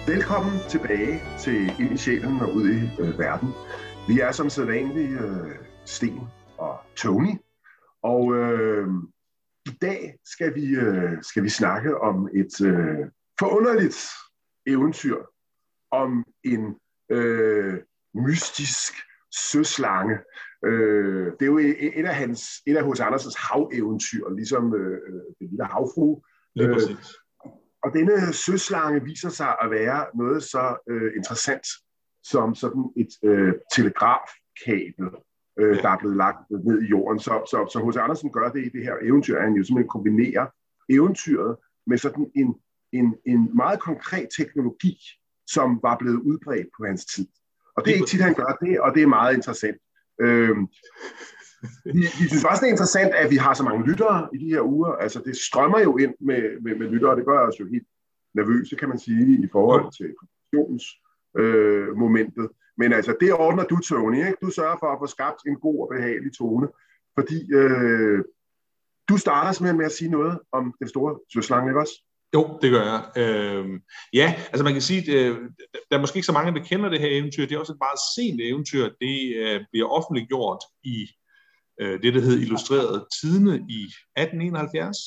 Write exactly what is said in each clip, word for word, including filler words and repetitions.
Velkommen tilbage til Ind i sjælen og ud i øh, verden. Vi er som sædvanligt øh, Sten og Tony, og øh, i dag skal vi, øh, skal vi snakke om et øh, forunderligt eventyr, om en øh, mystisk søslange. Øh, det er jo et af, hans, et af H C Andersens haveventyr, ligesom øh, det lille havfrue. Lige præcis. Og denne søslange viser sig at være noget så øh, interessant som sådan et øh, telegrafkabel, øh, ja. der er blevet lagt ned i jorden. Så, så, så H C Andersen gør det i det her eventyr, at han jo simpelthen kombinerer eventyret med sådan en, en, en meget konkret teknologi, som var blevet udbredt på hans tid. Og det er ikke tit, han gør det, og det er meget interessant. Øh, Vi, vi synes også, det er interessant, at vi har så mange lyttere i de her uger. Altså, det strømmer jo ind med, med, med lyttere, og det gør os jo helt nervøse, kan man sige, i forhold til præsentationsmomentet. Øh, Men altså, det ordner du, Tony, ikke? Du sørger for at få skabt en god og behagelig tone, fordi øh, du starter simpelthen med at sige noget om den store søslange, ikke også? Jo, det gør jeg. Øh, ja, altså man kan sige, at der er måske ikke så mange, der kender det her eventyr. Det er også et meget sent eventyr. Det øh, bliver offentliggjort i det, der hed Illustreret Tidende i atten enoghalvfjerds.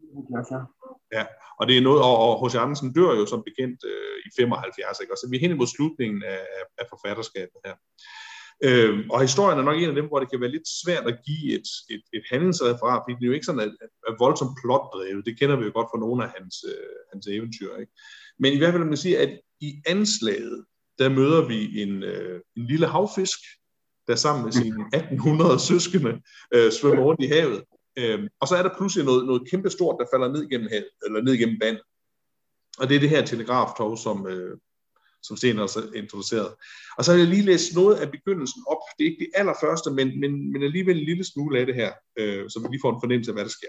Ja, og det er noget, og H C Andersen dør jo som bekendt øh, i femoghalvfjerds, ikke? Og så vi er hen imod slutningen af, af forfatterskabet her. Øh, og historien er nok en af dem, hvor det kan være lidt svært at give et, et, et handlingsreferat, fordi det er jo ikke sådan, at, at voldsomt plotdrevet. Det kender vi jo godt fra nogle af hans, øh, hans eventyr, ikke? Men i hvert fald man kan sige, at i anslaget, der møder vi en, øh, en lille havfisk, der sammen med sine atten hundrede søskende øh, svømmer rundt i havet. Øhm, og så er der pludselig noget, noget kæmpe stort, der falder ned gennem havet, eller ned gennem vandet. Og det er det her telegraftog, som, øh, som Sten også er introduceret. Og så har jeg lige læst noget af begyndelsen op. Det er ikke det allerførste, men, men, men alligevel en lille smule af det her, øh, så vi lige får en fornemmelse af, hvad der sker.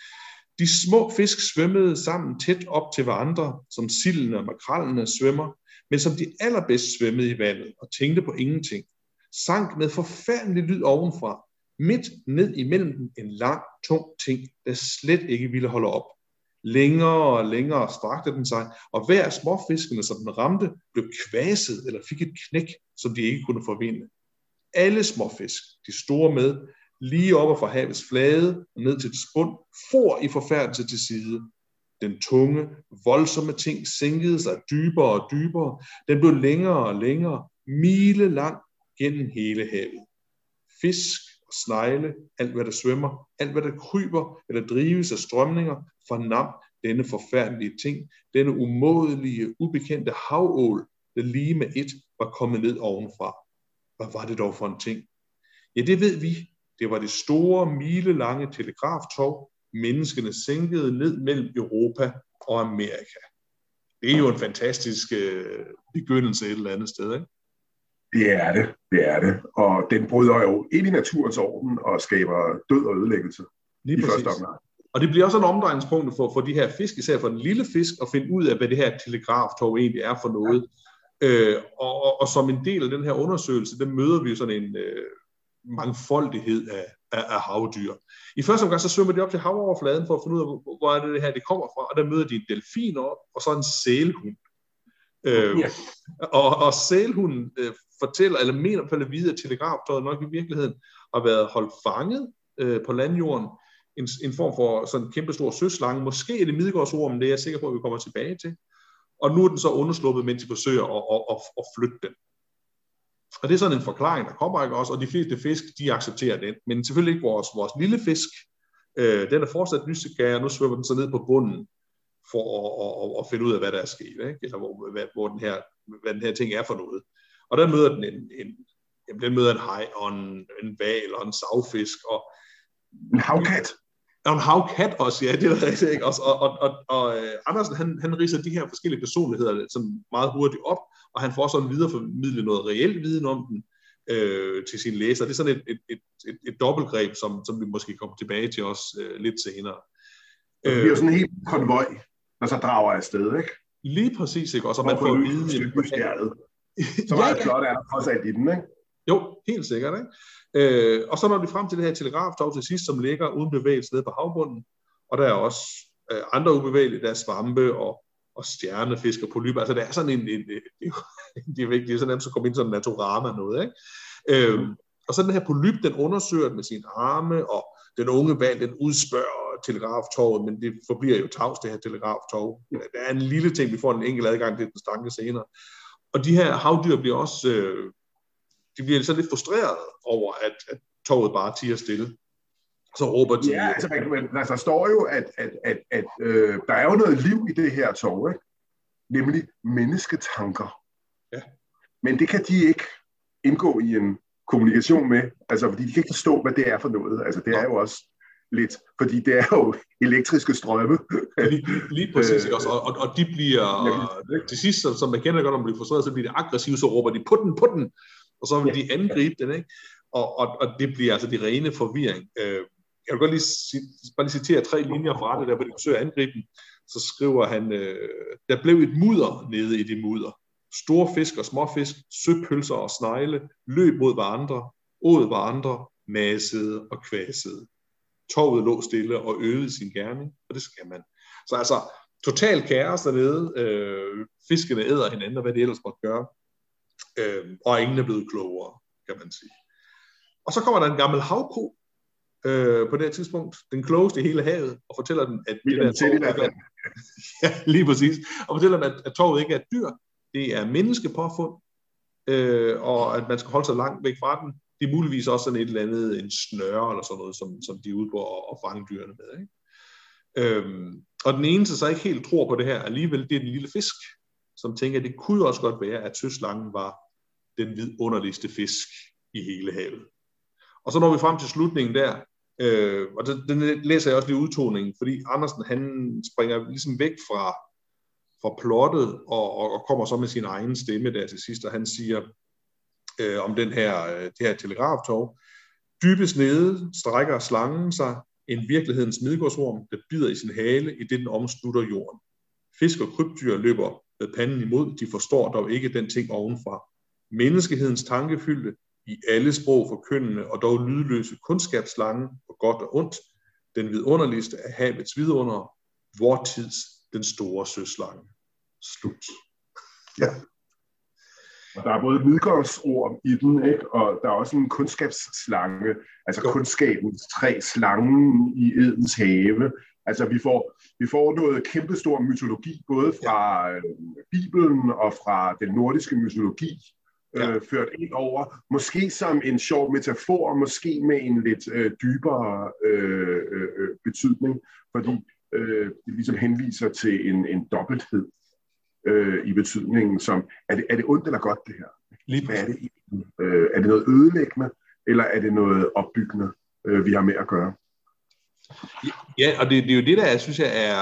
De små fisk svømmede sammen tæt op til hverandre, som silden og makrellene svømmer, men som de allerbedst svømmede i vandet og tænkte på ingenting. Sank med forfærdelig lyd ovenfra, midt ned imellem dem en lang, tung ting, der slet ikke ville holde op. Længere og længere strakte den sig, og hver af småfiskene, som den ramte, blev kvaset eller fik et knæk, som de ikke kunne forvinde. Alle småfisk, de store med, lige oppe fra havets flade og ned til dets bund, for i forfærdelse til side. Den tunge, voldsomme ting sænkede sig dybere og dybere. Den blev længere og længere, mile lang, gennem hele havet. Fisk og snegle, alt hvad der svømmer, alt hvad der kryber eller drives af strømninger, fornam denne forfærdelige ting, denne umådelige, ubekendte havål, der lige med et var kommet ned ovenfra. Hvad var det dog for en ting? Ja, det ved vi. Det var det store, milelange telegraftog, menneskene sænkede ned mellem Europa og Amerika. Det er jo en fantastisk øh, begyndelse et eller andet sted, ikke? Det er det, det er det. Og den bryder jo ind i naturens orden og skaber død og ødelæggelse. Lige præcis. Og det bliver også en omdrejningspunkt for, for de her fisk, især for den lille fisk, at finde ud af, hvad det her telegraftog egentlig er for noget. Ja. Øh, og, og, og som en del af den her undersøgelse, der møder vi jo sådan en øh, mangfoldighed af, af, af havdyr. I første omgang så svømmer de op til havoverfladen for at finde ud af, hvor, hvor er det, det her det kommer fra, og der møder de en delfin op, og så en sælhund. Øh, ja. og, og sælhunden øh, fortæller, eller mener på at vide, at telegraftoget nok i virkeligheden har været holdt fanget øh, på landjorden. En, en form for sådan en kæmpe stor søslange. Måske er det midgårdsorm, men det er jeg sikker på, at vi kommer tilbage til. Og nu er den så undersluppet, mens de forsøger at, at, at, at flytte den. Og det er sådan en forklaring, der kommer ikke også, og de fleste fisk, de accepterer den. Men selvfølgelig ikke vores, vores lille fisk. Øh, den er fortsat nysgerrig, og nu svømmer den så ned på bunden for at, at, at finde ud af, hvad der er sket, ikke? Eller hvor, hvad, hvor den her, hvad den her ting er for noget. Og der møder den en, en, jamen, den møder en haj og en, en hval og en savfisk. Og en havkat. Og en havkat også, ja, det er rigtigt, ikke? Og, og, og, og, og Andersen, han, han ridser de her forskellige personligheder sådan meget hurtigt op, og han får sådan videreformidlet noget reelt viden om den øh, til sine læsere. Det er sådan et, et, et, et, et dobbeltgreb, som, som vi måske kommer tilbage til også øh, lidt senere. Det bliver sådan en helt konvoj, der så drager afsted, ikke? Lige præcis, ikke? Og så man får at vide... Så meget flot er der trods alt i den, ikke? Jo, helt sikkert, ikke? Øh, og så når vi frem til det her telegraftog til sidst, som ligger uden bevægelse nede på havbunden, og der er også øh, andre ubevægelige, der er svampe og, og stjernefisk og polypper. Altså det er sådan en, en, en det er vigtigt, det er sådan nærmest at komme ind sådan en naturama noget, ikke? Øhm, og så den her polyp, den undersøger med sine arme, og den unge hval, den udspørger telegraftoget, men det forbliver jo tavs, det her telegraftog. Der er en lille ting, vi får en enkelt adgang til den stanke senere. Og de her havdyr bliver også, øh, de bliver så lidt frustreret over, at, at toget bare tiger stille. Så råber de... Ja, altså, man, altså der står jo, at, at, at, at øh, der er jo noget liv i det her tog, ikke? Nemlig mennesketanker. Ja. Men det kan de ikke indgå i en kommunikation med, altså fordi de kan ikke forstå, hvad det er for noget. Altså det er jo også lidt, fordi det er jo elektriske strømme. Lige, lige præcis, ikke også? Og, og, og de bliver, ja, til sidst, som, som man kender godt, når man bliver frustreret, så bliver de aggressive, så råber de på den, på den, og så vil ja. de angribe den, ikke? Og, og, og det bliver altså de rene forvirring. Jeg vil godt lige, bare lige citere tre linjer fra det, der hvor de forsøger at angribe den. Så skriver han, øh, der blev et mudder nede i det mudder. Store fisk og småfisk, søpølser og snegle, løb mod hverandre, åd hverandre, masede og kvæsede. Toget lå stille og øvede sin gerning, og det skal man. Så altså, total kaos dernede. Øh, fiskene æder hinanden, og hvad de ellers måtte gøre. Øh, og ingen er blevet klogere, kan man sige. Og så kommer der en gammel havko, Øh, på det her tidspunkt, den klogeste i hele havet, og fortæller dem, at det der tog, ikke, ja, lige præcis, og fortæller dem, at, at toget ikke er et dyr, det er menneskepåfund, øh, og at man skal holde sig langt væk fra den. Det er muligvis også sådan et eller andet, en snøre eller sådan noget, som, som de er ude på at, at fange dyrene med. Ikke? Øhm, og den eneste, så ikke helt tror på det her, alligevel, det er den lille fisk, som tænker, at det kunne også godt være, at søslangen var den vidunderligste fisk i hele havet. Og så når vi frem til slutningen der, øh, og den, den læser jeg også lige udtoningen, fordi Andersen, han springer ligesom væk fra, fra plottet, og, og, og kommer så med sin egen stemme der til sidst, og han siger øh, om den her, det her telegraftog: dybest nede strækker slangen sig, en virkelighedens midgårdsorm, der bider i sin hale, i det den omslutter jorden. Fisk og krybdyr løber med panden imod, de forstår dog ikke den ting ovenfra. Menneskehedens tankefyldte, i alle sprog forkyndende og dog lydløse kundskabsslange på godt og ondt, den vidunderligste af havets vidunder, vor tids den store søslange. Slut. Ja. Og der er både midgårdsord i den, ikke? Og der er også en kundskabsslange, altså jo. Kundskabens træ, slangen i Edens have. Altså vi får, vi får noget kæmpestor mytologi, både fra ja. Bibelen og fra den nordiske mytologi, ja. øh, ført ind over, måske som en sjov metafor, måske med en lidt øh, dybere øh, øh, betydning, fordi øh, det ligesom henviser til en, en dobbelthed øh, i betydningen, som, er det, er det ondt eller godt det her? Lige Hvad er det øh, er det noget ødelæggende, eller er det noget opbyggende, øh, vi har med at gøre? Ja, og det, det er jo det, der jeg synes, jeg er,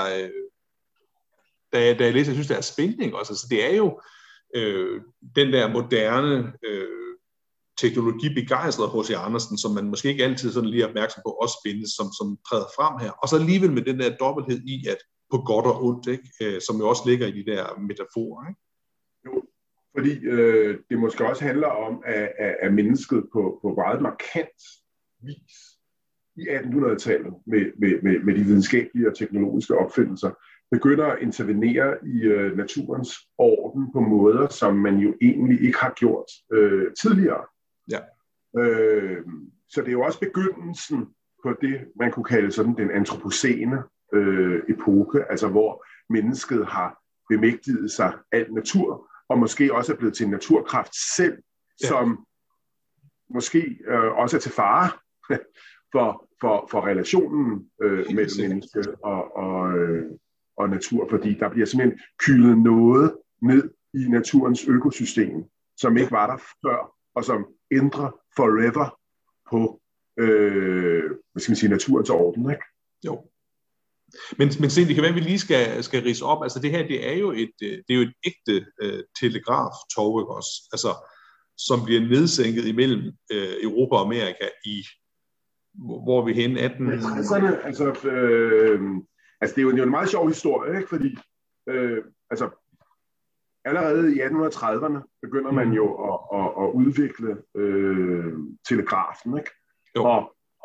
da jeg, da jeg læser, jeg synes, der er spænding også. Altså, det er jo øh, den der moderne øh, teknologibegejstrede H C Andersen, som man måske ikke altid sådan lige er opmærksom på, også findes, som, som træder frem her. Og så alligevel med den der dobbelthed i, at på godt og ondt, ikke? Øh, som jo også ligger i de der metaforer. Ikke? Jo, fordi øh, det måske også handler om, at, at, at mennesket på, på meget markant vis i attenhundredetallet med, med, med, med de videnskabelige og teknologiske opfindelser, begynder at intervenere i øh, naturens orden på måder, som man jo egentlig ikke har gjort øh, tidligere. Ja. Øh, så det er jo også begyndelsen på det, man kunne kalde sådan den antropocene øh, epoke, altså hvor mennesket har bemægtiget sig al natur, og måske også er blevet til en naturkraft selv, ja. Som måske øh, også er til fare for, for, for relationen øh, mellem menneske og, og, øh, og natur, fordi der bliver simpelthen kylet noget ned i naturens økosystem, som ikke var der før, og som ændrer forever på øh, hvad skal man sige, naturens orden, ikke? Jo. Men, men se, det kan være, at vi lige skal, skal ridse op. Altså det her, det er jo et, det er jo et ægte øh, telegraftog, ikke også? Altså, som bliver nedsænket imellem øh, Europa og Amerika i, hvor er vi henne? atten... Altså, øh, altså det, er jo, det er jo en meget sjov historie, ikke? Fordi øh, altså, allerede i atten trediverne begynder man jo at, at, at udvikle øh, telegrafen, ikke? Og,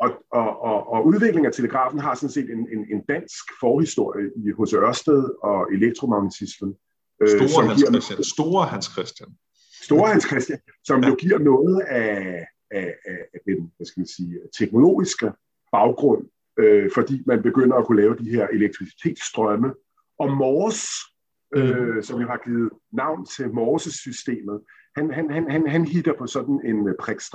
og, og, og, og udviklingen af telegrafen har sådan set en, en, en dansk forhistorie i H C Ørsted og elektromagnetismen. Store, Hans Christian. Store Hans Christian. Store Hans Christian, som ja. jo giver noget af, af, af den, hvad skal man sige, teknologiske baggrund, øh, fordi man begynder at kunne lave de her elektricitetsstrømme. Og Morse, mm. øh, som jo har givet navn til Morse-systemet, han, han, han, han, han hitter på sådan en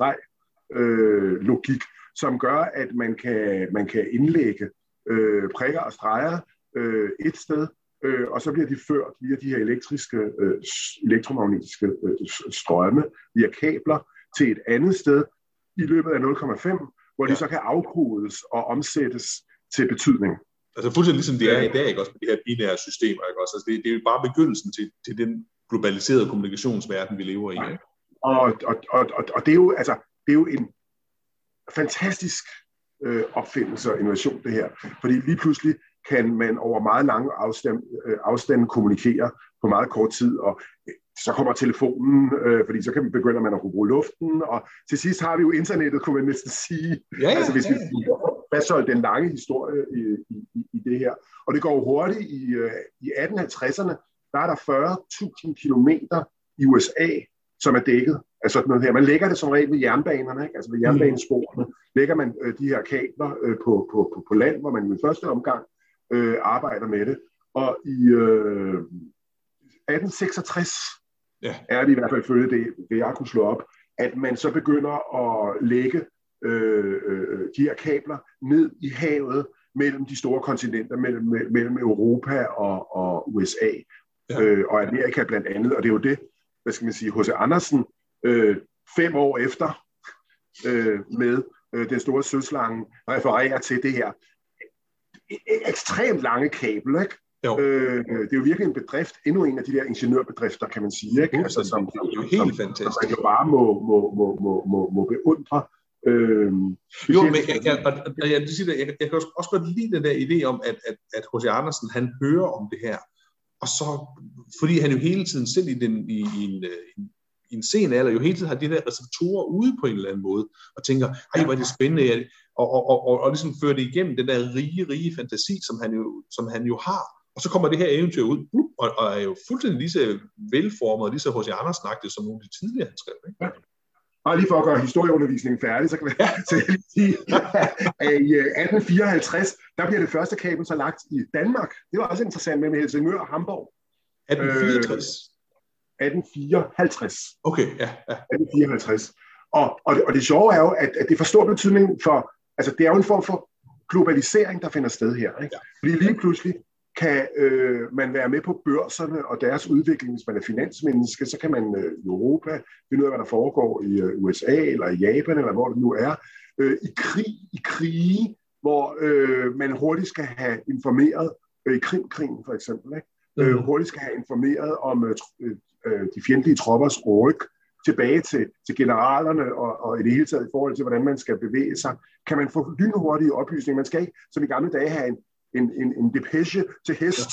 prikstreg-logik, øh, som gør, at man kan, man kan indlægge øh, prikker og streger øh, et sted, øh, og så bliver de ført via de her elektriske, øh, elektromagnetiske øh, strømme, via kabler, til et andet sted i løbet af nul komma fem, hvor ja. de så kan afkodes og omsættes til betydning. Altså fuldstændig ligesom det er i dag, ikke også, med de her binære systemer, ikke også? Altså det, det er jo bare begyndelsen til, til den globaliserede kommunikationsverden, vi lever i. Ikke? Og, og, og, og, og det er jo, altså, det er jo en fantastisk øh, opfindelse og innovation, det her. Fordi lige pludselig kan man over meget lange afstand, øh, afstande kommunikere på meget kort tid, og øh, så kommer telefonen, øh, fordi så kan man begynde man at kunne bruge luften, og til sidst har vi jo internettet, kunne man næsten sige. Ja, ja, altså hvis ja, ja. vi fastholder den lange historie i, i, i det her. Og det går hurtigt. I, øh, i atten halvtredserne, der er der fyrre tusind kilometer i U S A, som er dækket af sådan noget her. Man lægger det som regel ved jernbanerne, ikke? Altså ved jernbanesporene, lægger man øh, de her kabler øh, på, på, på, på land, hvor man i første omgang øh, arbejder med det. Og i øh, atten seksogtres ja. er det i hvert fald følge det, det jeg kunne slå op, at man så begynder at lægge øh, øh, de her kabler ned i havet mellem de store kontinenter, mellem, mellem Europa og, og U S A ja. øh, og Amerika blandt andet. Og det er jo det, hvad skal man sige, H C Andersen øh, fem år efter øh, med øh, den store søslange refererer til det her ekstremt lange kabel, ikke? Øh, det er jo virkelig en bedrift, endnu en af de der ingeniørbedrifter, kan man sige, ikke? Altså, som, det er jo helt som, fantastisk. Som man jo bare må, må, må, må, må, må beundre. Øh, jo, men jeg, jeg, jeg, jeg, jeg, jeg, jeg kan også godt lide den der idé om, at, at, at H C Andersen, han hører om det her, og så, fordi han jo hele tiden selv i, den, i, i, en, i en sen alder, jo hele tiden har de der receptorer ude på en eller anden måde, og tænker, ej, hvor er det spændende, og, og, og, og, og ligesom fører det igennem den der rige, rige fantasi, som han jo, som han jo har. Og så kommer det her eventyr ud, og, og er jo fuldstændig lige så velformet, og lige så H C Andersen-agtigt, som nogle af de tidligere, han skrev. Ikke? Ja. Og lige for at gøre historieundervisningen færdig, så kan jeg sige, at i atten fireoghalvtreds, der bliver det første kabel så lagt i Danmark. Det var også interessant med, med Helsingør og Hamburg. atten fireogtres? Øh, atten fireoghalvtreds. Okay, ja. ja. atten fireoghalvtreds. Og, og, det, og det sjove er jo, at, at det får stor betydning for, altså det er jo en form for globalisering, der finder sted her. Ikke? Ja. Fordi lige pludselig kan øh, man være med på børserne og deres udvikling. Hvis man er finansmenneske, så kan man øh, i Europa finde ud af, hvad der foregår i øh, U S A eller i Japan, eller hvor det nu er. Øh, I krig, i krige, hvor øh, man hurtigt skal have informeret, øh, i Krimkrigen for eksempel, ikke? Øh, hurtigt skal have informeret om øh, øh, de fjendtlige troppers ryg tilbage til, til generalerne, og, og i det hele taget i forhold til, hvordan man skal bevæge sig. Kan man få lynhurtige oplysninger? Man skal ikke, som i gamle dage, have en En, en, en depeche til hest.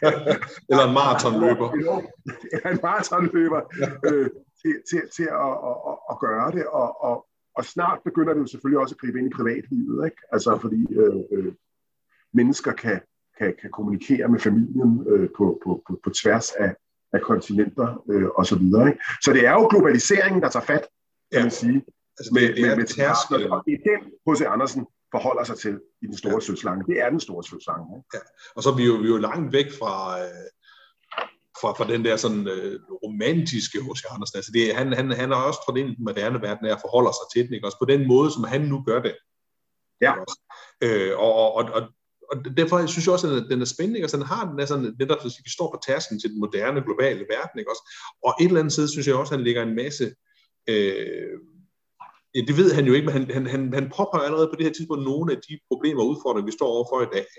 Eller en maratonløber. Eller en maratonløber øh, til, til, til at, at, at gøre det. Og, og, og snart begynder det jo selvfølgelig også at gribe ind i privatlivet. Ikke? Altså fordi øh, øh, mennesker kan, kan, kan kommunikere med familien øh, på, på, på, på tværs af, af kontinenter øh, og så videre. Ikke? Så det er jo globaliseringen, der tager fat, kan ja. man sige. Altså, det, med, det er med, med og det er den H C Andersen forholder sig til i den store ja. søslange. Det er den store søslange. Ja. Og så er vi jo, vi er jo langt væk fra, øh, fra, fra den der sådan øh, romantiske H C Andersen. Altså det, han, han, han har også trådt ind i den moderne verden af at forholde sig til den, ikke? Også på den måde, som han nu gør det. Ja. Øh, og, og, og, og derfor synes jeg også, at den er spændende. Altså, den har den er sådan, den der vi står på tærsken til den moderne globale verden. Ikke? Også, og et eller andet sted synes jeg også, at han lægger en masse øh, ja, det ved han jo ikke, men han, han, han, han påpeger allerede på det her tidspunkt nogle af de problemer og udfordringer, vi står overfor i dag.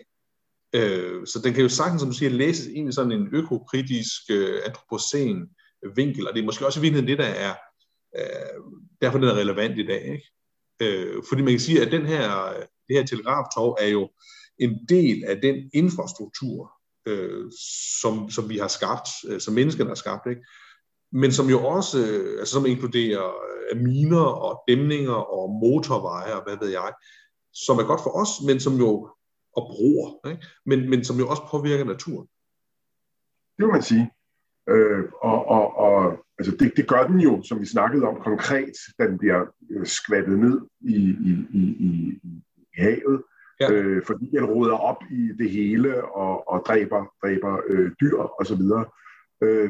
Øh, så den kan jo sagtens, som du siger, læses ind i sådan en økokritisk, øh, antropocen vinkel, og det er måske også i virkeligheden det, der er, øh, derfor den er relevant i dag. Ikke? Øh, fordi man kan sige, at den her, det her telegraftog er jo en del af den infrastruktur, øh, som, som vi har skabt, øh, som mennesker har skabt, ikke? Men som jo også, øh, altså som inkluderer øh, miner og dæmninger og motorveje og hvad ved jeg, som er godt for os, men som jo og bruger, ikke? Men, men som jo også påvirker naturen. Det må man sige. Øh, og og, og altså det, det gør den jo, som vi snakkede om konkret, da den bliver skvattet ned i, i, i, i, i havet, ja. øh, fordi den roder op i det hele og, og dræber, dræber øh, dyr og så videre. Øh,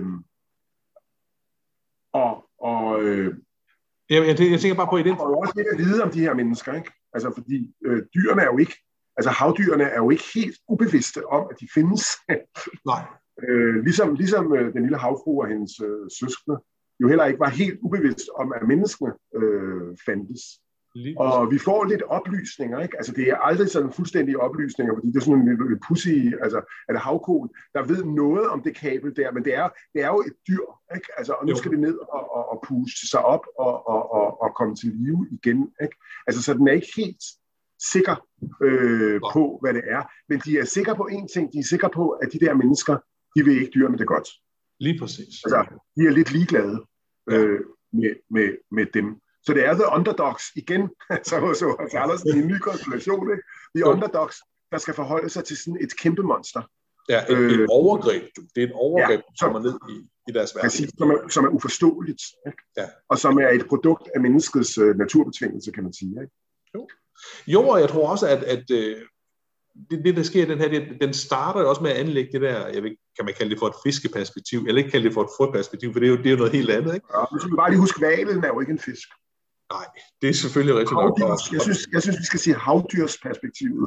og og øh, jeg, jeg, jeg tænker bare på i den. Og også lidt at vide om de her mennesker, ikke? Altså fordi øh, dyrene er jo ikke, altså havdyrene er jo ikke helt ubevidste om, at de findes. Nej. Øh, ligesom ligesom øh, den lille havfrue og hendes øh, søskende jo heller ikke var helt ubevidst om, at menneskene øh, fandtes. Lige. Og vi får lidt oplysninger, ikke? Altså det er aldrig sådan fuldstændige oplysninger, fordi det er sådan en lidt pussy, altså er det havkoen, der ved noget om det kabel der, men det er, det er jo et dyr, ikke? Altså, og nu jo. skal det ned og, og, og puste sig op og, og, og, og komme til live igen, ikke? Altså så den er ikke helt sikker øh, på, hvad det er, men de er sikre på én ting, de er sikre på, at de der mennesker, de vil ikke dyrene det godt. Lige præcis. Altså, de er lidt ligeglade øh, med, med, med dem. Så det er the underdogs igen, så hos Andersen i en ny konstellation, ikke? De ja. underdogs, der skal forholde sig til sådan et kæmpe monster. Ja, et, øh, et overgreb. Det er et overgreb, ja, som kommer ned i, i deres verden. Præcis, som er, som er uforståeligt, ikke? Ja. Og som er et produkt af menneskets uh, naturbetingelse, kan man sige. Ikke? Jo. jo, og jeg tror også, at, at uh, det, det, der sker i den her, det, den starter jo også med at anlægge det der, jeg ved, kan man kalde det for et fiskeperspektiv, eller ikke kalde det for et frøperspektiv, for det er jo, det er jo noget helt andet, ikke? Ja, men så vil bare lige huske, hvalen er jo ikke en fisk. Nej, det er selvfølgelig rigtigt nok. Jeg synes, jeg synes, vi skal sige havdyrsperspektivet.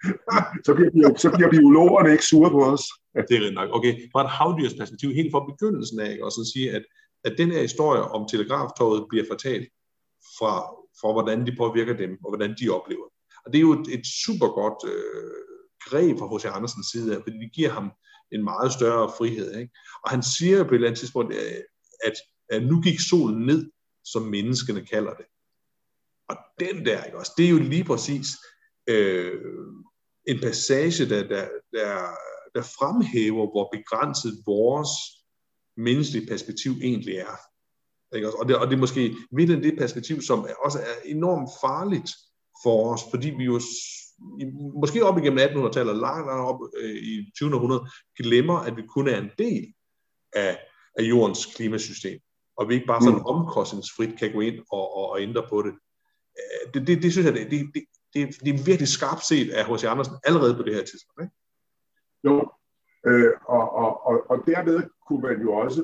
så, bliver bio, så bliver biologerne ikke sure på os. Det er rigtigt nok. Okay, fra et havdyrsperspektiv, helt fra begyndelsen af, og så sige, at, at den her historie om telegraftoget bliver fortalt fra, fra, hvordan de påvirker dem, og hvordan de oplever. Og det er jo et, et super godt øh, greb fra H C Andersens side, fordi det giver ham en meget større frihed. Ikke? Og han siger på et eller andet tidspunkt, at, at nu gik solen ned, som menneskene kalder det. Og den der, ikke også, det er jo lige præcis øh, en passage, der, der, der, der fremhæver, hvor begrænset vores menneskelige perspektiv egentlig er. Ikke også? Og, det, og det er måske vildt det perspektiv, som også er enormt farligt for os, fordi vi jo måske op igennem attenhundredetallet, langt op øh, i tyvende århundrede, glemmer, at vi kun er en del af, af jordens klimasystem. Og vi ikke bare sådan omkostningsfrit kan gå ind og, og, og ændre på det. Det, det, det synes jeg, det, det, det, det er virkelig skarpt set af H C Andersen allerede på det her tidspunkt. Ikke? Jo, øh, og, og, og, og derved kunne man jo også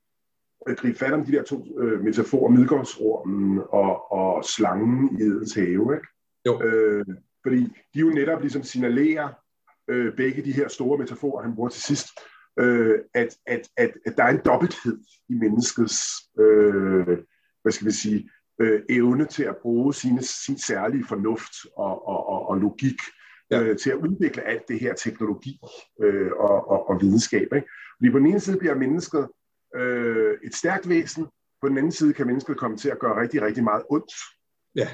gribe fat om de der to øh, metaforer, Midgårdsormen og, og slangen i Edens have. Ikke? Jo. Øh, fordi de jo netop ligesom signalerer øh, begge de her store metaforer, han bruger til sidst, Øh, at, at, at, at der er en dobbelthed i menneskets øh, hvad skal vi sige, øh, evne til at bruge sine, sin særlige fornuft og, og, og, og logik ja. øh, til at udvikle alt det her teknologi øh, og, og, og videnskab. Ikke? Fordi på den ene side bliver mennesket øh, et stærkt væsen, på den anden side kan mennesket komme til at gøre rigtig, rigtig meget ondt ja.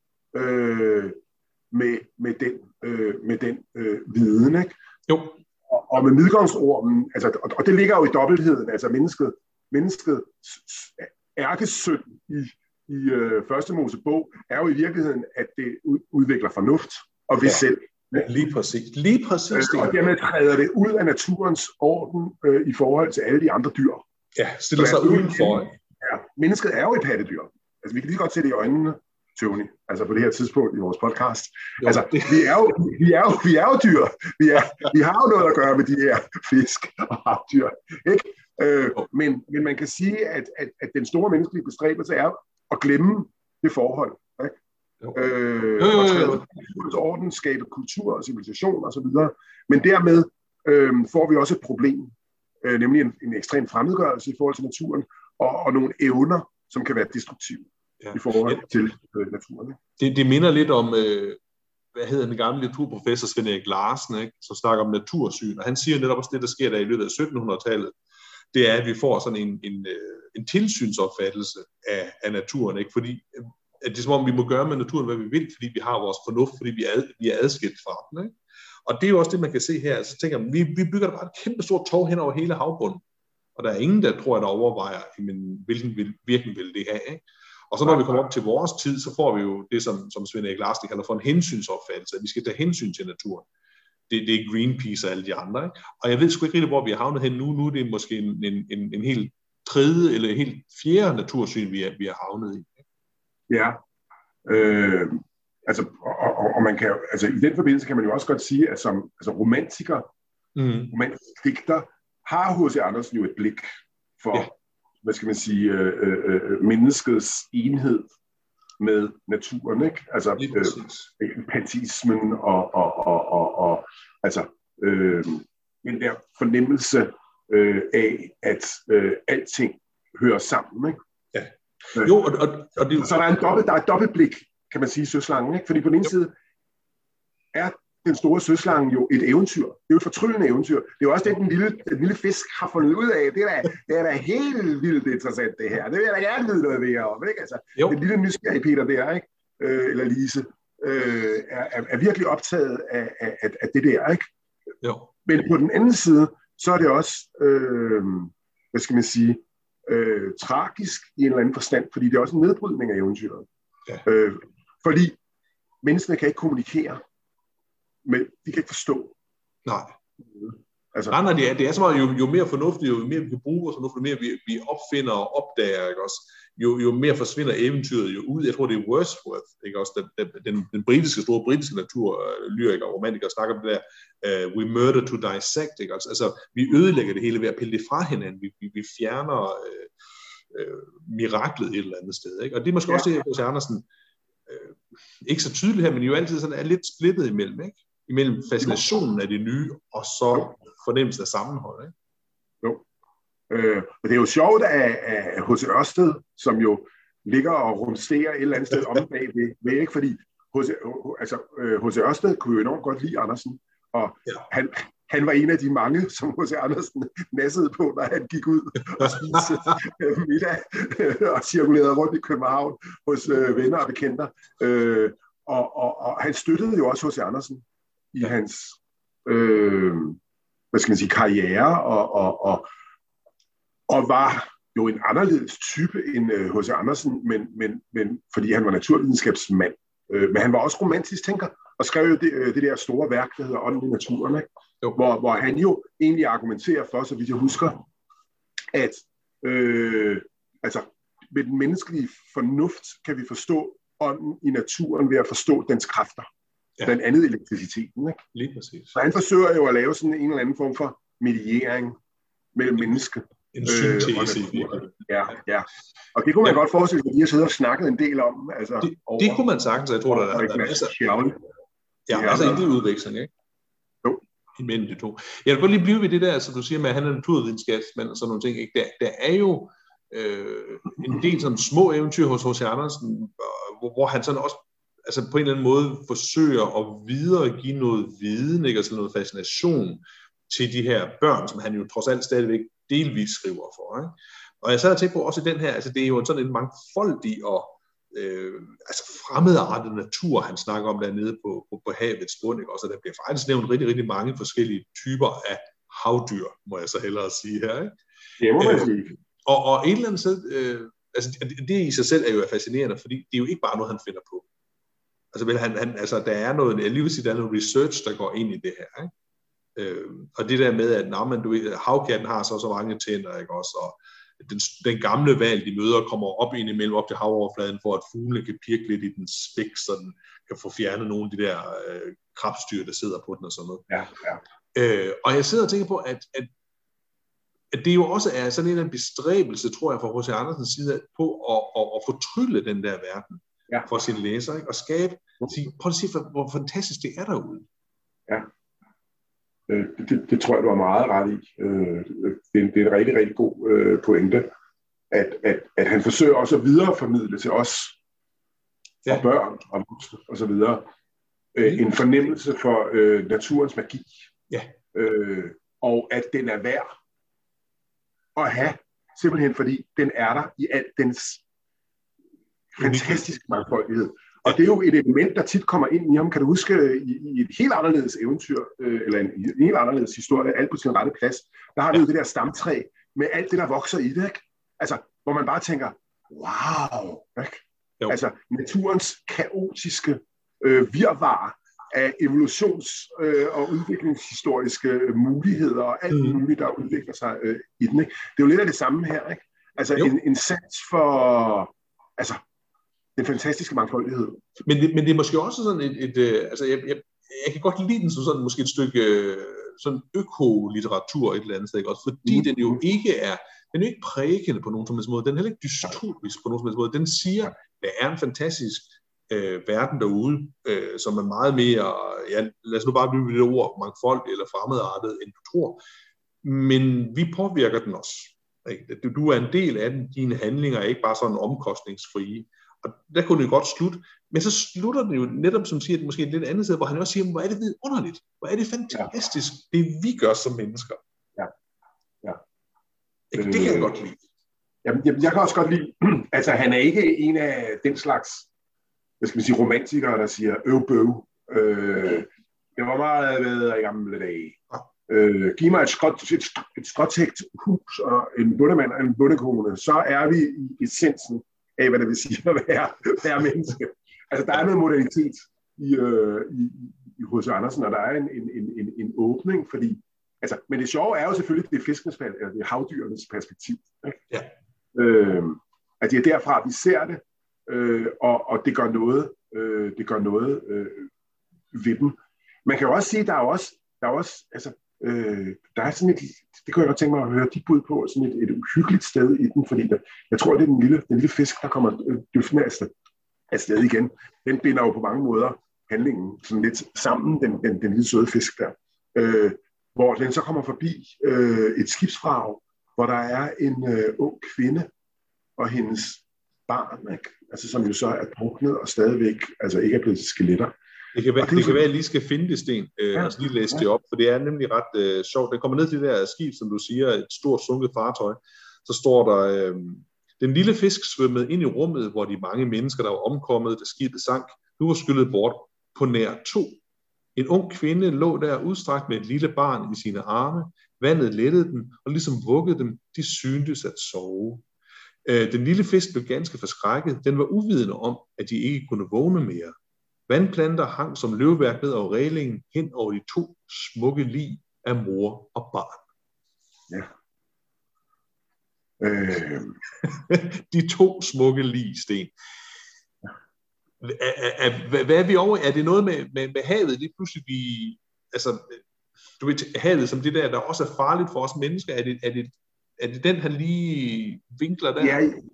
øh, med, med den, øh, med den øh, viden. Ikke? Jo. Og med Midgårdsormen, altså, og det ligger jo i dobbeltheden, altså mennesket, mennesket ærkesøn i, i øh, første Mosebog, er jo i virkeligheden, at det udvikler fornuft og ved ja. selv. Ja, lige præcis. Lige præcis øh, og dermed træder det ud af naturens orden øh, i forhold til alle de andre dyr. Ja, stiller sig udenfor. Ja, mennesket er jo et pattedyr. Altså, vi kan lige godt se det i øjnene, Tony, altså på det her tidspunkt i vores podcast. Jo, altså, det... vi, er jo, vi, er jo, vi er jo dyr. Vi, er, vi har jo noget at gøre med de her fisk og havdyr. Ikke? Øh, men, men man kan sige, at, at, at den store menneskelige bestræbelse er at glemme det forhold. Ikke? Jo. Øh, jo, jo, jo. Og træde orden, skabe kultur og civilisation osv. Men dermed øh, får vi også et problem, øh, nemlig en, en ekstrem fremmedgørelse i forhold til naturen, og, og nogle evner, som kan være destruktive. Ja. I forhold til øh, naturen. Det, det minder lidt om, øh, hvad hedder den gamle naturprofessor Svend Erik Larsen, ikke, som snakker om natursyn, og han siger netop også det, der sker der i løbet af syttenhundredetallet, det er, at vi får sådan en, en, en tilsynsopfattelse af, af naturen, ikke, fordi at det er som om, vi må gøre med naturen, hvad vi vil, fordi vi har vores fornuft, fordi vi er, ad, vi er adskilt fra den. Ikke? Og det er jo også det, man kan se her. Så tænker jeg, vi, vi bygger bare et kæmpe stort tog hen over hele havbunden, og der er ingen, der tror, at der overvejer, jamen, hvilken virkning vil det have, ikke? Og så når vi kommer op til vores tid, så får vi jo det, som, som Svend Erik Larsen kalder for en hensynsopfattelse, at vi skal tage hensyn til naturen. Det, det er Greenpeace og alle de andre. Ikke? Og jeg ved sgu ikke rigtig, hvor vi har havnet hen nu. Nu er det måske en, en, en, en helt tredje eller en helt fjerde natursyn, vi er, vi er havnet i. Ja, øh, altså, og, og, og man kan, altså i den forbindelse kan man jo også godt sige, at som altså, romantiker, mm. romantisk digter, har H C Andersen jo et blik for, ja. hvad skal man sige, øh, øh, menneskets enhed med naturen, ikke? Altså øh, panteismen og, og, og, og, og altså øh, den der fornemmelse øh, af, at øh, alting hører sammen, ikke? Ja. Jo, og, og, og det... Så der er, en dobbelt, der er et dobbeltblik, kan man sige, søslangen, ikke? Fordi på den ene side er den store søslange jo et eventyr. Det er jo et fortryllende eventyr. Det er jo også det, den lille, den lille fisk har fundet ud af. Det er da, det er da helt vildt interessant, det her. Det vil jeg da gerne vide noget mere om, ikke? Altså, den lille nysgerrige Peter der, ikke? Øh, eller Lise, øh, er, er, er virkelig optaget af, af, af det der, ikke? Jo. Men på den anden side, så er det også, øh, hvad skal man sige, øh, tragisk i en eller anden forstand, fordi det er også en nedbrydning af eventyret. Ja. Øh, fordi menneskene kan ikke kommunikere, men de kan ikke forstå. Nej. Altså, nej, nej, det er, det er så meget, jo, jo mere fornuftigt, jo mere vi kan bruge vores fornuft, jo mere vi, vi opfinder og opdager, ikke også? Jo, jo mere forsvinder eventyret jo ud. Jeg tror, det er Wordsworth, ikke også? Den, den, den, den britiske, store britiske natur, lyriker og romantiker snakker om det der, uh, we murder to dissect, ikke også? Altså, vi ødelægger det hele ved at pille det fra hinanden. Vi, vi, vi fjerner øh, øh, miraklet et eller andet sted, ikke? Og det er måske ja. også det, H C Andersen, øh, ikke så tydeligt her, men jo altid sådan er lidt splittet imellem, ikke? Imellem fascinationen af det nye, og så fornemmelsen af sammenhold, ikke? Jo. Øh, det er jo sjovt af, af H C Ørsted, som jo ligger og rumsterer et eller andet sted om bag ved, ved ikke? Fordi H C, altså, H C Ørsted kunne jo enormt godt lide Andersen, og ja. han, han var en af de mange, som H C Andersen nassede på, når han gik ud og spiste middag og cirkulerede rundt i København hos øh, venner og bekendter. Øh, og, og, og han støttede jo også H C Andersen i ja. hans øh, hvad skal man sige, karriere, og, og, og, og var jo en anderledes type end H C Andersen, men, men, men fordi han var naturvidenskabsmand. Øh, men han var også romantisk tænker, og skrev jo det, det der store værk, der hedder Ånden i naturen, ikke? Hvor, hvor han jo egentlig argumenterer for, så vidt jeg husker, at øh, altså, med den menneskelige fornuft kan vi forstå ånden i naturen ved at forstå dens kræfter. Ja. Blandt andet elektriciteten, ikke? Lige præcis. Så han forsøger jo at lave sådan en eller anden form for mediering mellem menneske en syntese. Øh, ja, ja. Og det kunne man ja. godt forestille sig, at de har siddet og snakket en del om. Altså, det, over, det kunne man sagtens, jeg tror, der, der, der er masser. Ja, masser af idéudveksling, ikke? Jo. Imellem de to. Jeg vil godt lige blive ved det der, altså du siger med, at han er naturvidenskabsmand og sådan nogle ting, ikke? Der, der er jo øh, en del sådan små eventyr hos H C Andersen, hvor, hvor han sådan også altså på en eller anden måde forsøger at videregive noget viden, ikke? Altså noget fascination til de her børn, som han jo trods alt stadigvæk delvis skriver for, ikke? Og jeg sad og tænkte på også i den her, altså det er jo sådan en mangfoldig og øh, altså fremmedartet natur, han snakker om dernede på, på, på havets bund, ikke? Også der bliver faktisk nævnt rigtig, rigtig mange forskellige typer af havdyr, må jeg så hellere sige her, ikke? Det må man sige. Øh, og, og et eller andet sted, øh, altså det, det i sig selv er jo fascinerende, fordi det er jo ikke bare noget, han finder på. Altså, vel, han, han, altså der er noget, jeg lige vil sige, der er noget research, der går ind i det her, ikke? Øh, og det der med, at nå, men, du ved, havkatten har så så mange tænder, ikke også, og den, den gamle hval, de møder, kommer op ind imellem op til havoverfladen, for at fuglene kan pirke lidt i den spæk, så den kan få fjernet nogle af de der øh, krabstyr, der sidder på den og sådan noget. Ja, ja. Øh, og jeg sidder og tænker på, at, at, at det jo også er sådan en bestræbelse, tror jeg, fra H C Andersens side, på at, at, at fortrylle den der verden. Ja. For sine læsere, ikke? Og skabe, sige, prøv at sige, hvor fantastisk det er derude. Ja, øh, det, det tror jeg, du har meget ret i. Øh, det, er, det er en rigtig, rigtig god øh, pointe, at, at, at han forsøger også at videreformidle til os, ja. og børn og voksne og så videre, øh, en fornemmelse for øh, naturens magi, ja. øh, og at den er værd at have, simpelthen fordi den er der i al dens fantastisk mangfoldighed. Og det er jo et element, der tit kommer ind i ham. Kan du huske, i, i et helt anderledes eventyr, øh, eller en, en helt anderledes historie, alt på sin rette plads, der har vi jo det der stamtræ, med alt det, der vokser i det, ikke? Altså, hvor man bare tænker, wow, ikke? Altså naturens kaotiske øh, virvar af evolutions- øh, og udviklingshistoriske muligheder og alt mm. muligt, der udvikler sig øh, i den. Ikke? Det er jo lidt af det samme her, ikke? Altså en, en sans for altså, den fantastiske mangfoldighed. Men det, men det er måske også sådan et, et, et altså jeg, jeg, jeg kan godt lide den som sådan måske et stykke sådan økolitteratur et eller andet sted, også fordi mm. den jo ikke er, den er ikke prægende på nogen som helst måde, den er heller ikke dystopisk på nogen som helst måde, den siger, der er en fantastisk øh, verden derude, øh, som er meget mere, ja, lad os nu bare blive det ord, mangfold eller fremmedartet, end du tror, men vi påvirker den også. Ikke? Du er en del af den, dine handlinger er ikke bare sådan omkostningsfrie, og der kunne det godt slutte, men så slutter den jo netop, som siger, måske et lidt andet sted, hvor han også siger, hvor er det vidunderligt, hvor er det fantastisk, ja. Det vi gør som mennesker. Ja, ja. Ikke? Det kan jeg godt lide. Jamen, jeg, jeg kan også godt lide, altså han er ikke en af den slags, hvad skal man sige, romantikere, der siger, øv bøv, øh, det var meget bedre i gamle dage. Øh, giv mig et, skråt, et, et skråtægt hus og en bundemand og en bundekone, så er vi i essensen af, hvad det vil sige at være, være menneske. Altså, der er noget modernitet i, øh, i, i H C Andersen, og der er en, en, en, en åbning, fordi, altså, men det sjove er jo selvfølgelig, det er fiskenes, eller det er havdyrenes perspektiv. Ikke? Ja. Øh, at det er derfra, vi ser det, øh, og, og det gør noget, øh, det gør noget øh, ved dem. Man kan jo også sige, der er også, der er også, altså, øh, der er sådan et, det kunne jeg godt tænke mig at høre dit bud på, sådan et, et uhyggeligt sted i den, fordi der, jeg tror, det er den lille, den lille fisk, der kommer dyftende af sted igen. Den binder jo på mange måder handlingen sådan lidt sammen, den, den, den lille søde fisk der, øh, hvor den så kommer forbi øh, et skibsvrag, hvor der er en øh, ung kvinde og hendes barn, ikke? Altså, som jo så er druknet og stadigvæk altså ikke er blevet til skeletter. Det kan være, det, det kan være, at jeg lige skal finde det, Sten, øh, ja, og så lige læse ja. det op, for det er nemlig ret øh, sjovt. Den kommer ned til det der skib, som du siger, et stort sunket fartøj. Så står der, øh, den lille fisk svømmede ind i rummet, hvor de mange mennesker, der var omkommet, da skibet sank, nu var skyllet bort på nær to. En ung kvinde lå der udstrakt med et lille barn i sine arme. Vandet lettede dem, og ligesom vuggede dem, de syntes at sove. Øh, den lille fisk blev ganske forskrækket. Den var uvidende om, at de ikke kunne vågne mere. Vandplanter hang som løvværk ned over reglingen hen over de to smukke lig af mor og barn. Ja. Øh... de to smukke lig, Sten. Er, er, er, hvad er vi over? Er det noget med, med, med havet lige pludselig, vi, altså, du ved, havet som det der, der også er farligt for os mennesker, er det, er det, er det den, han lige vinkler der? Ja,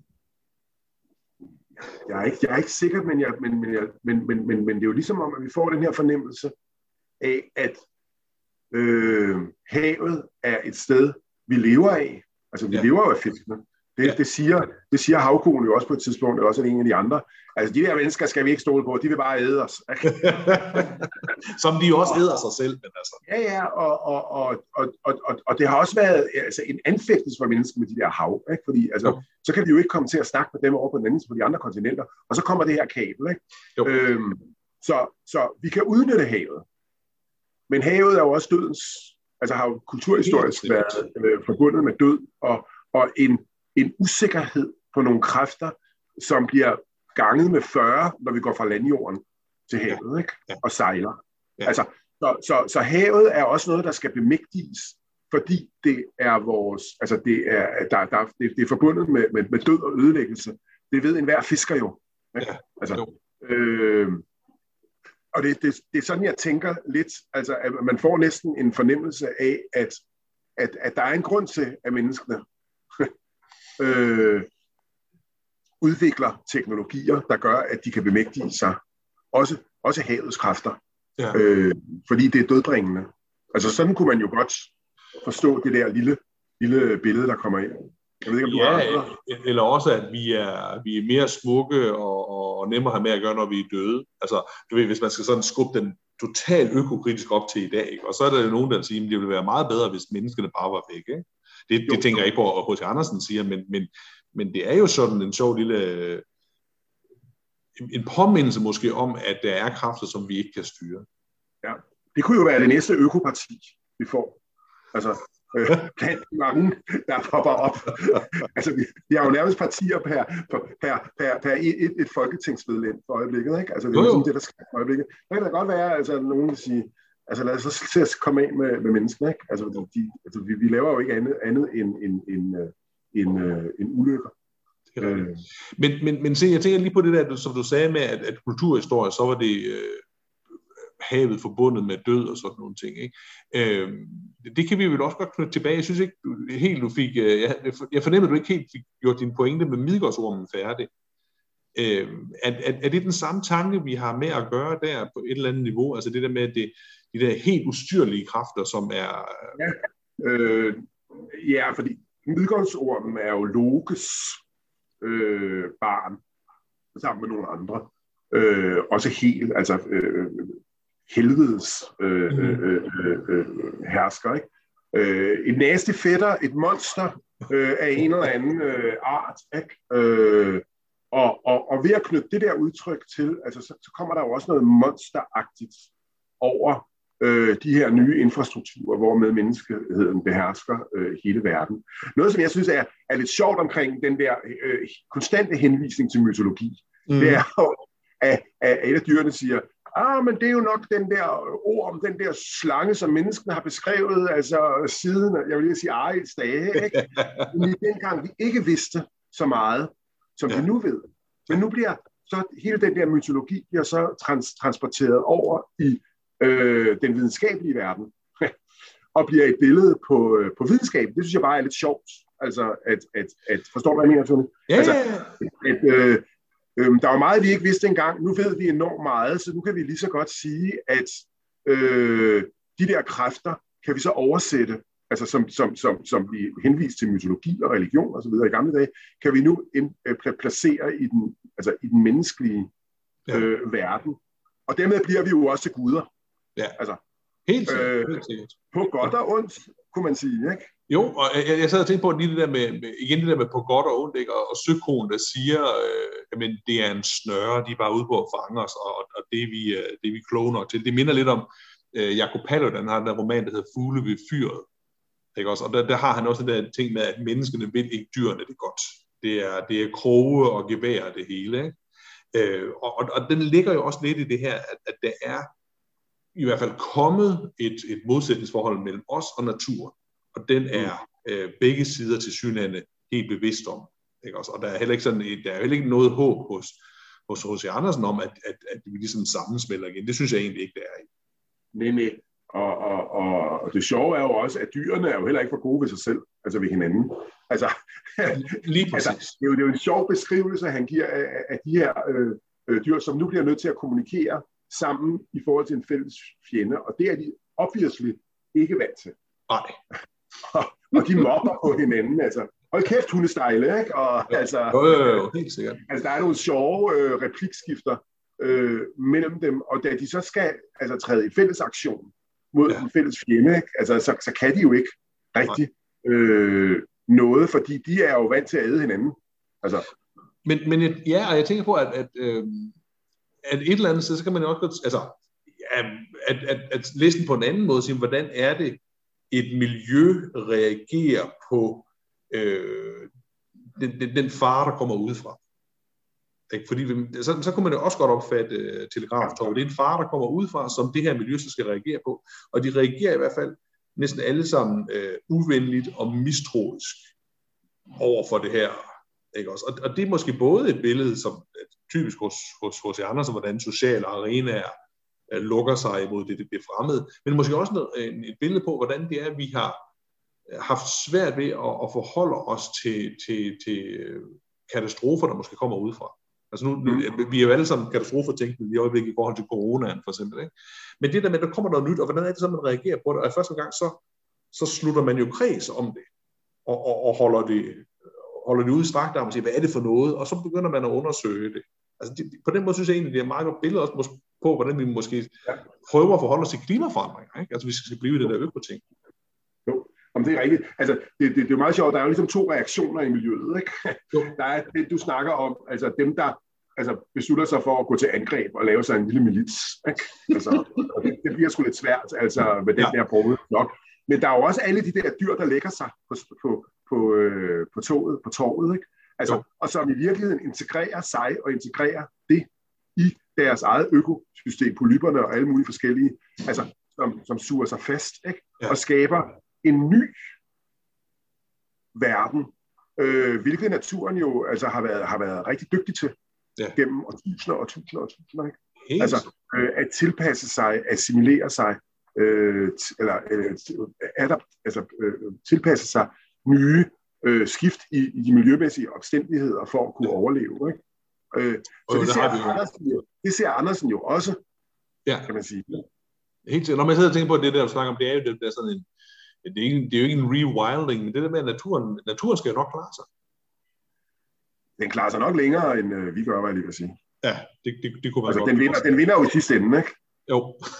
jeg, er ikke, jeg er ikke sikker, men, jeg, men, men, jeg, men, men, men, men det er jo ligesom om, at vi får den her fornemmelse af, at øh, havet er et sted, vi lever af. Altså, vi ja. lever jo af fiskene. Det, ja. det, siger, det siger havkoen jo også på et tidspunkt, eller også en af de andre. Altså, de der mennesker skal vi ikke stole på, de vil bare æde os. Som de jo også æder sig selv. Men altså. Ja, ja, og, og, og, og, og, og det har også været altså, en anfægtelse for mennesker med de der hav, ikke? Fordi altså, jo. så kan vi jo ikke komme til at snakke med dem over på den anden, på de andre kontinenter, og så kommer det her kabel. Ikke? Øhm, så, så vi kan udnytte havet, men havet er jo også dødens, altså har jo kulturhistorisk været øh, forbundet med død, og, og en en usikkerhed på nogle kræfter, som bliver ganget med fyrre, når vi går fra landjorden til havet, ja. Ikke? Ja. Og sejler. Ja. Altså, så, så, så havet er også noget, der skal bemægtiges, fordi det er vores, altså det er, der, der, det, det er forbundet med, med, med død og ødelæggelse. Det ved enhver fisker jo. Ikke? Ja. Altså, øh, og det, det, det er sådan, jeg tænker lidt, altså, at man får næsten en fornemmelse af, at, at, at der er en grund til, at menneskene Øh, udvikler teknologier, der gør, at de kan bemægtige sig også, også havets kræfter. Ja. Øh, fordi det er dødbringende. Altså sådan kunne man jo godt forstå det der lille, lille billede, der kommer ind. Jeg ved ikke, om du ja, har eller også, at vi er, vi er mere smukke og, og nemmere at have med at gøre, når vi er døde. Altså, du ved, hvis man skal sådan skubbe den totalt økokritisk op til i dag, ikke? Og så er der jo nogen, der siger, at det ville være meget bedre, hvis menneskene bare var væk, ikke? Det, det tænker jeg ikke på, hvad H C Andersen siger, men, men, men det er jo sådan en sjov lille en påmindelse måske om, at der er kræfter, som vi ikke kan styre. Ja, det kunne jo være det næste økoparti, vi får. Altså, øh, blandt mange, der popper op. Altså, vi, vi har jo nærmest partier per, per, per, per, per et, et folketingsmedlem for øjeblikket, ikke? Altså, det er jo sådan det, der sker for øjeblikket. Der kan da godt være, altså, nogen vil sige, altså, lad os så se at komme ind med, med mennesker, ikke? Altså, de, altså vi, vi laver jo ikke andet, andet end, end, end, end, end, end ulykker. Øh. Men, men, men se, jeg tænker lige på det der, som du sagde med, at, at kulturhistorie, så var det øh, havet forbundet med død og sådan nogle ting, ikke? Øh, det kan vi vel også godt knytte tilbage. Jeg synes ikke du, helt, du fik, øh, jeg, jeg fornemmer, at du ikke helt fik gjort din pointe med Midgårdsormen færdig. Øh, er, er, er det den samme tanke, vi har med at gøre der på et eller andet niveau? Altså det der med, at det, de der helt ustyrlige kræfter, som er... Ja, øh, ja fordi Midgårdsormen er jo Lokes øh, barn, sammen med nogle andre. Øh, også helt, altså øh, helvedes øh, øh, øh, øh, hersker, ikke? Øh, en næste fætter, et monster øh, af en eller anden øh, art, ikke? Øh, og, og, og ved at knytte det der udtryk til, altså så, så kommer der jo også noget monsteragtigt over øh, de her nye infrastrukturer, hvormed menneskeheden behersker øh, hele verden. Noget, som jeg synes er, er lidt sjovt omkring den der øh, konstante henvisning til mytologi, mm. det er jo, at, at et af dyrene siger, ah, men det er jo nok den der ord om den der slange, som menneskene har beskrevet, altså siden, jeg vil lige sige, Ariels dage, ikke? Men dengang vi ikke vidste så meget, som ja. vi nu ved. Men nu bliver så hele den der mytologi bliver så trans- transporteret over i øh, den videnskabelige verden, og bliver et billede på, øh, på videnskab. Det synes jeg bare er lidt sjovt. Altså, at, at, at forstår du, hvad jeg mener, Tony? Ja, altså, ja, ja. At, øh, øh, der var meget, vi ikke vidste engang. Nu ved vi enormt meget, så nu kan vi lige så godt sige, at øh, de der kræfter kan vi så oversætte, altså som, som, som, som vi henviste til mytologi og religion og så videre i gamle dage, kan vi nu ind, øh, placere i den, altså i den menneskelige øh, ja. verden. Og dermed bliver vi jo også guder. Ja, altså, helt sikkert. Øh, helt sikkert. På godt og ondt, kunne man sige, ikke? Jo, og jeg, jeg sad og tænkte på lige det der med, med igen det der med på godt og ondt, ikke? Og, og Søkoen, der siger, øh, jamen det er en snøre, de er bare ude på at fange os, og, og det, er vi, det er vi kloge nok til. Det minder lidt om øh, Jacob Paludan, har den der roman, der hedder Fugle ved fyret. Ikke også? Og der, der har han også den der ting med, at menneskene vil ikke dyrene det godt. Det er, det er kroge og gevær det hele, ikke? Øh, og, og, og den ligger jo også lidt i det her, at, at der er i hvert fald kommet et, et modsætningsforhold mellem os og naturen. Og den er øh, begge sider til synligheden helt bevidst om. Ikke også? Og der er heller ikke, sådan, der er heller ikke noget håb hos hos H C Andersen om, at, at, at vi ligesom sammensmelter igen. Det synes jeg egentlig ikke, det er i. Nej, nej. Og, og, og det sjove er jo også, at dyrene er jo heller ikke for gode ved sig selv, altså ved hinanden. Altså, lige præcis. Altså, det, er jo, det er jo en sjov beskrivelse, han giver af, af de her øh, dyr, som nu bliver nødt til at kommunikere sammen i forhold til en fælles fjende, og det er de obviously ikke vant til. Nej. og, og de mobber på hinanden, altså. Hold kæft, hundestejle, ikke? Og, ja. altså, jo, jo, jo, helt sikkert. Altså, der er nogle sjove øh, replikskifter øh, mellem dem, og da de så skal altså, træde i fælles aktion mod ja. en fælles fjende, ikke? Altså, så, så kan de jo ikke rigtig øh, noget, fordi de er jo vant til at æde hinanden. Altså. Men, men ja, og jeg tænker på, at, at, øh, at et eller andet sted, så kan man jo også godt, altså, at, at, at, at læse den på en anden måde, sige, hvordan er det, et miljø reagerer på øh, den, den, den fare, der kommer udefra. Ikke? Fordi så, så kunne man jo også godt opfatte uh, telegraftog. Det er en fare, der kommer udefra, som det her miljø så skal reagere på. Og de reagerer i hvert fald næsten alle sammen uh, uvenligt og mistroisk over for det her. Ikke også? Og, og det er måske både et billede, som uh, typisk hos H C Andersen, hvordan sociale arenaer uh, lukker sig imod det, det, det fremmede, men måske også noget, uh, et billede på, hvordan det er, at vi har uh, haft svært ved at, at forholde os til, til, til uh, katastrofer, der måske kommer udefra. Altså nu, nu, vi er jo alle sammen katastrofer-tænkende i øjeblikket i forhold til coronaen, for eksempel. Ikke? Men det der med, at der kommer noget nyt, og hvordan er det så, man reagerer på det? Og i første gang, så, så slutter man jo kreds om det, og, og, og holder, det, holder det ud i strakt arm og siger, hvad er det for noget? Og så begynder man at undersøge det. Altså det, på den måde synes jeg egentlig, det er meget godt billede også på, hvordan vi måske prøver at forholde os til klimaforandringer. Ikke? Altså vi skal blive i det der økoting. Jo. Om det er rigtigt. Altså, det, det, det er meget sjovt. Der er jo ligesom to reaktioner i miljøet, ikke? Der er det, du snakker om, altså dem, der altså, beslutter sig for at gå til angreb og lave sig en lille milits, ikke? Altså, og det, det bliver sgu lidt svært, altså, med den ja. der brugede nok. men der er jo også alle de der dyr, der lægger sig på, på, på, øh, på toget, på torvet, ikke? Altså, og som i virkeligheden integrerer sig og integrerer det i deres eget økosystem, polypperne og alle mulige forskellige, altså, som, som suger sig fast, ikke? Ja. Og skaber en ny verden, øh, hvilket naturen jo altså, har, været, har været rigtig dygtig til ja. gennem årtusinder og tusinder og tusinder. Ikke? Helt. Altså øh, at tilpasse sig, assimilere sig, øh, t- eller øh, adapt, altså, øh, tilpasse sig nye øh, skift i, i de miljømæssige omstændigheder for at kunne ja. overleve. Ikke? Øh, så det, det, ser Andersen, jo, det ser Andersen jo også, ja. kan man sige. Helt til. Når man sidder og tænker på det der, du snakker om, det er jo det der sådan en, det er, ikke, det er jo ikke en rewilding, men det der med, at naturen, naturen skal jo nok klare sig. Den klarer sig nok længere, end øh, vi gør, hvad jeg lige vil sige. Ja, det, det, det kunne være altså, godt. Den vinder, den vinder jo i sidste ende, ikke? Jo.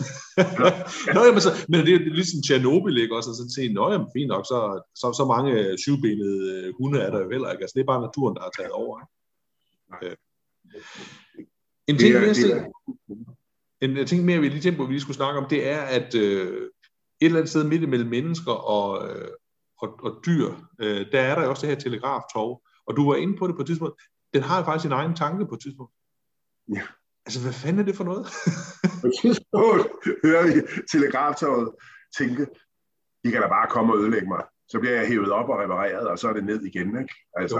Nå, jamen, så, men det er ligesom Tjernobyl, ikke også? Og så sige, nå, jamen, fint nok, så, så, så mange syvbenede hunde er der jo heller ikke. Altså, det er bare naturen, der har taget over. Ikke? Øh. En ting mere, en, en ting mere, vi lige tænkte på, vi lige skulle snakke om, det er, at øh, et eller andet sted midt imellem mennesker og, øh, og, og dyr, øh, der er der jo også det her telegraftog. Og du var inde på det på et tidspunkt. Den har jo faktisk sin egen tanke på et tidspunkt. Ja. Altså, hvad fanden er det for noget? På et tidspunkt hører vi telegraftoget tænke, de kan da bare komme og ødelægge mig. Så bliver jeg hævet op og repareret, og så er det ned igen, ikke? Altså,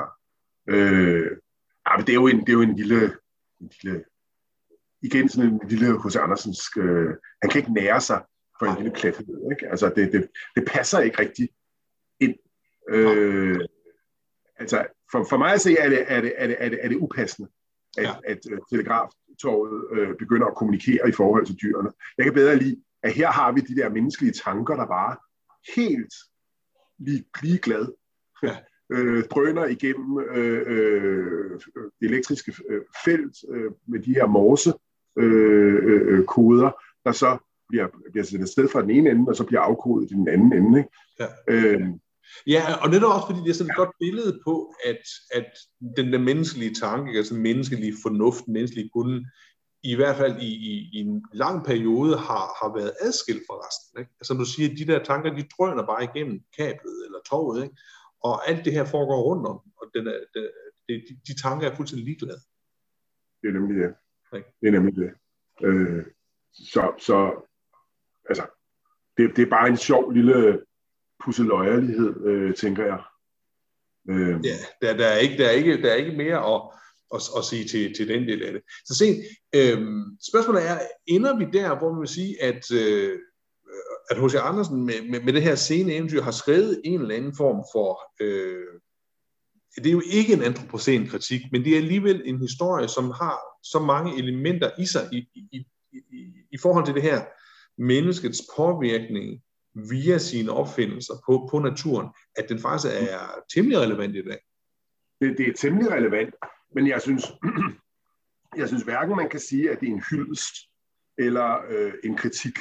øh, ja, men det er jo en, det er jo en lille, en lille, igen sådan en lille H C Andersensk, øh, han kan ikke nære sig for en lille plethed, ikke? Altså, det, det, det passer ikke rigtig ind. Øh, altså, for, for mig at se, er det, er det, er det, er det, er det upassende, at, ja. at uh, telegraftorvet uh, begynder at kommunikere i forhold til dyrene. Jeg kan bedre lide, at her har vi de der menneskelige tanker, der bare helt lige, lige glad ja. øh, drøner igennem øh, øh, det elektriske øh, felt øh, med de her morse-koder, øh, der så bliver, bliver sendt et sted fra den ene ende, og så bliver afkodet i den anden ende. Ikke? Ja. Øh, Ja, og det er også, fordi det er sådan et godt billede på, at, at den der menneskelige tanke, altså den menneskelige fornuft, den menneskelige kunde, i hvert fald i, i, i en lang periode har, har været adskilt fra resten. Ikke? Altså du siger, de der tanker, de drøner bare igennem kablet eller toget, ikke? Og alt det her foregår rundt om, og den er, den, de, de tanker er fuldstændig ligeglade. Det er nemlig det. Ikke? Det er nemlig det. Øh, så, så, altså, det, det er bare en sjov lille pusseløjerlighed, øh, tænker jeg. Øh. Ja, der, der, er ikke, der, er ikke, der er ikke mere at, at, at sige til, til den del af det. Så se, øh, spørgsmålet er, ender vi der, hvor man vil sige, at, øh, at H C Andersen med, med, med det her scene eventyr har skrevet en eller anden form for, øh, det er jo ikke en antropocen kritik, men det er alligevel en historie, som har så mange elementer i sig i, i, i, i forhold til det her menneskets påvirkning via sine opfindelser på, på naturen, at den faktisk er temmelig relevant i dag. Det, det er temmelig relevant, men jeg synes, jeg synes hverken man kan sige, at det er en hyldest eller øh, en kritik,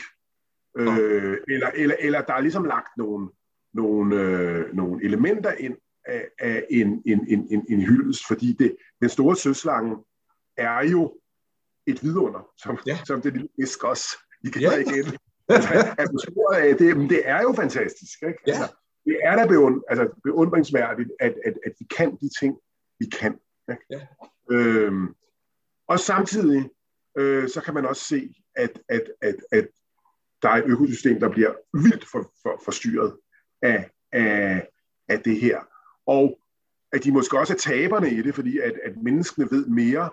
øh, eller, eller, eller der er ligesom lagt nogle, nogle, øh, nogle elementer ind af, af en, en, en, en, en hyldest, fordi det, den store søslange er jo et vidunder, som, ja. som det lille fisk også. I kan ja. igen. Altså, at det, det er jo fantastisk, ikke? Ja. Altså, det er da beund, altså, beundringsværdigt, at, at, at vi kan de ting, vi kan. Ikke? Ja. Øhm, og samtidig, øh, så kan man også se, at, at, at, at der er et økosystem, der bliver vildt for, for, forstyrret af, af, af det her. Og at de måske også er taberne i det, fordi at, at menneskene ved mere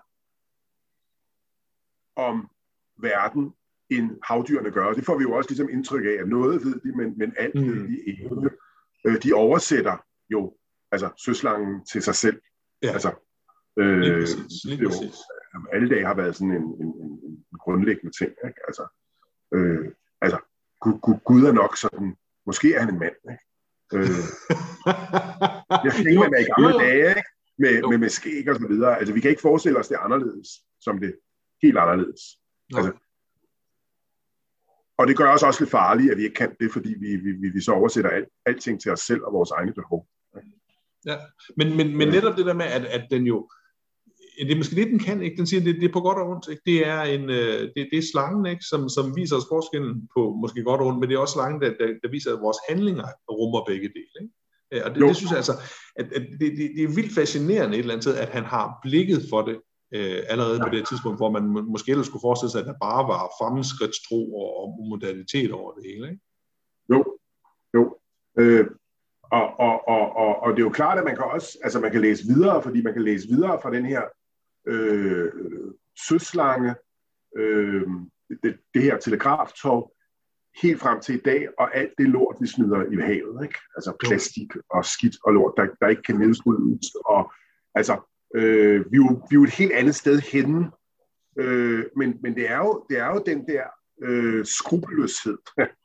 om verden, end havdyrene gør. Det får vi jo også ligesom indtryk af, at noget ved de, men, men alt ved de ikke. Øh, de oversætter jo altså søslangen til sig selv. Ja. Altså, øh, lige præcis. Lige præcis. Jo, alle dage har været sådan en, en, en, en grundlæggende ting. Ikke? Altså, øh, altså Gud, Gud, Gud er nok sådan, måske er han en mand. Ikke? Øh, jeg tænker, man er i gamle dage, ikke? Med, med, med skæg og så videre. Altså, vi kan ikke forestille os det anderledes, som det helt anderledes. Altså, og det gør os også lidt farligt, at vi ikke kan det, fordi vi, vi, vi så oversætter alt, alting til os selv og vores egne behov. Ja, men, men, men netop det der med, at, at den jo, det er måske det, den kan, ikke? Den siger, det, det er på godt og ondt, ikke? Det er, en, det, det er slangen, ikke? Som, som viser os forskellen på måske godt og ondt, men det er også slangen, der, der, der viser, at vores handlinger rummer begge dele, ikke? Og det, det synes jeg altså, at, at det, det, det er vildt fascinerende et eller andet sted, at han har blikket for det, øh, allerede ja. På det tidspunkt, hvor man måske ellers skulle forestille sig, at der bare var fremskridtstro og, og modernitet over det hele, ikke? Jo, jo. Øh. Og, og, og, og, og det er jo klart, at man kan også, altså man kan læse videre, fordi man kan læse videre fra den her øh, søslange, øh, det, det her telegraftog, helt frem til i dag, og alt det lort, vi smider i havet, ikke? Altså plastik og skidt og lort, der, der ikke kan nedbrydes, og altså, øh, vi, er jo, vi er jo et helt andet sted henne, øh, men, men det, er jo, det er jo den der øh, skrupelløshed,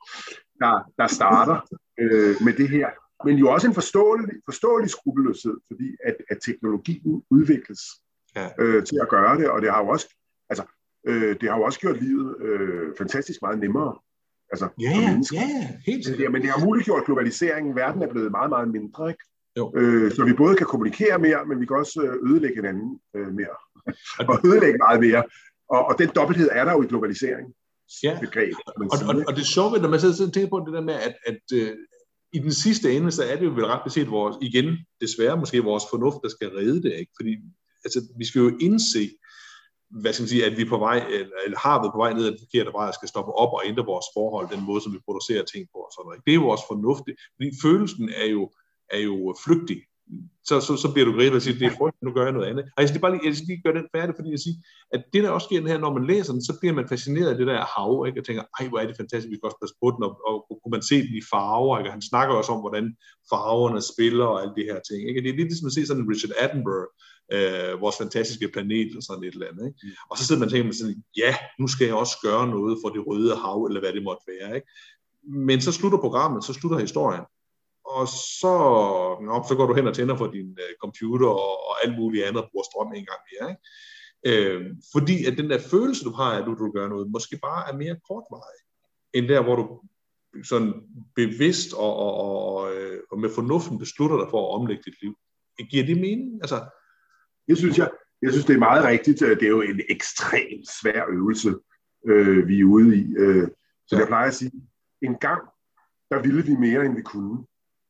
der, der starter øh, med det her. Men jo også en forståelig, forståelig skrupelløshed, fordi at, at teknologien udvikles ja. øh, til at gøre det, og det har jo også, altså, øh, det har jo også gjort livet øh, fantastisk meget nemmere. Altså, ja, ja, helt sikkert. Men det har muliggjort globaliseringen. Verden er blevet meget, meget mindre, ikke? Øh, så vi både kan kommunikere mere, men vi kan også ødelægge hinanden øh, mere. og ødelægge meget mere. Og, og den dobbelthed er der jo i globalisering. Ja, begreb, og, og, og det er sjovt, når man sidder og tænker på det der med, at, at uh, i den sidste ende, så er det jo vel ret beset vores, igen, desværre måske vores fornuft, der skal redde det, ikke? Fordi altså, vi skal jo indse, hvad skal man sige, at vi på vej, eller, eller har været på vej ned ad den forkerte vej, og skal stoppe op og ændre vores forhold, den måde, som vi producerer ting på og sådan noget. Det er jo vores fornuft, fordi følelsen er jo, er jo flygtig. Så, så, så bliver du grebet og siger, det er frygteligt, nu gør jeg noget andet. Og jeg skal bare lige, jeg skal lige gøre den færdig, fordi jeg siger, at det der også sker den her, når man læser den, så bliver man fascineret af det der hav, ikke? Og tænker, ej, hvor er det fantastisk, vi kan også passe på den, og, og, og kunne man se den i farver, ikke? Og han snakker også om, hvordan farverne spiller og alle de her ting, ikke? Det er lidt ligesom at se sådan en Richard Attenborough, øh, vores fantastiske planet, og sådan et eller andet, ikke? Og så sidder man og tænker, man sådan, ja, nu skal jeg også gøre noget for det røde hav, eller hvad det måtte være, ikke? Men så slutter programmet, så slutter historien. Og så, nå, så går du hen og tænder for din uh, computer og, og alt muligt andet og bruger strøm en gang mere. Ikke? Øh, fordi at den der følelse, du har, at du, du gør noget, måske bare er mere kortvarig, end der, hvor du sådan bevidst og, og, og, og med fornuften beslutter dig for at omlægge dit liv. Giver det mening? Altså, det synes jeg. Jeg synes, det er meget rigtigt. Det er jo en ekstremt svær øvelse, øh, vi er ude i. Øh, så ja. Jeg plejer at sige, en gang, der ville vi mere, end vi kunne.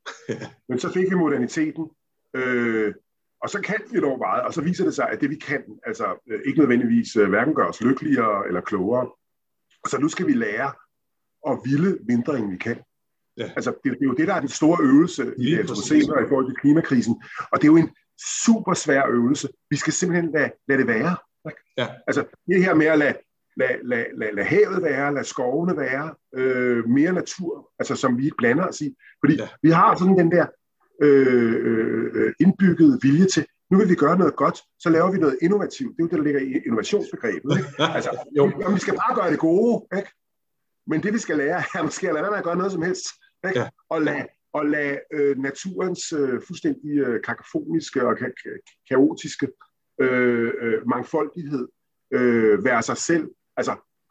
Men så fik vi moderniteten, øh, og så kan vi dog meget, og så viser det sig, at det vi kan, altså øh, ikke nødvendigvis øh, hverken gør os lykkeligere eller klogere. Så nu skal vi lære at ville mindre, end vi kan. Ja. Altså det, det er jo det, der er den store øvelse i antropocæner i forhold til klimakrisen, og det er jo en super svær øvelse. Vi skal simpelthen lade, lade det være. Ja. Altså det her med at lade Lad, lad, lad, lad havet være, lad skovene være, øh, mere natur, altså som vi ikke blander os i. Fordi ja. Vi har sådan den der øh, øh, indbyggede vilje til, nu vil vi gøre noget godt, så laver vi noget innovativt. Det er jo det, der ligger i innovationsbegrebet. Ikke? Altså, jo. Jamen, vi skal bare gøre det gode, ikke? Men det vi skal lære, er måske at lade være med at gøre noget som helst. Ikke? Ja. Og lade, og lade øh, naturens øh, fuldstændig øh, kakofoniske og ka- kaotiske øh, øh, mangfoldighed øh, være sig selv. Altså,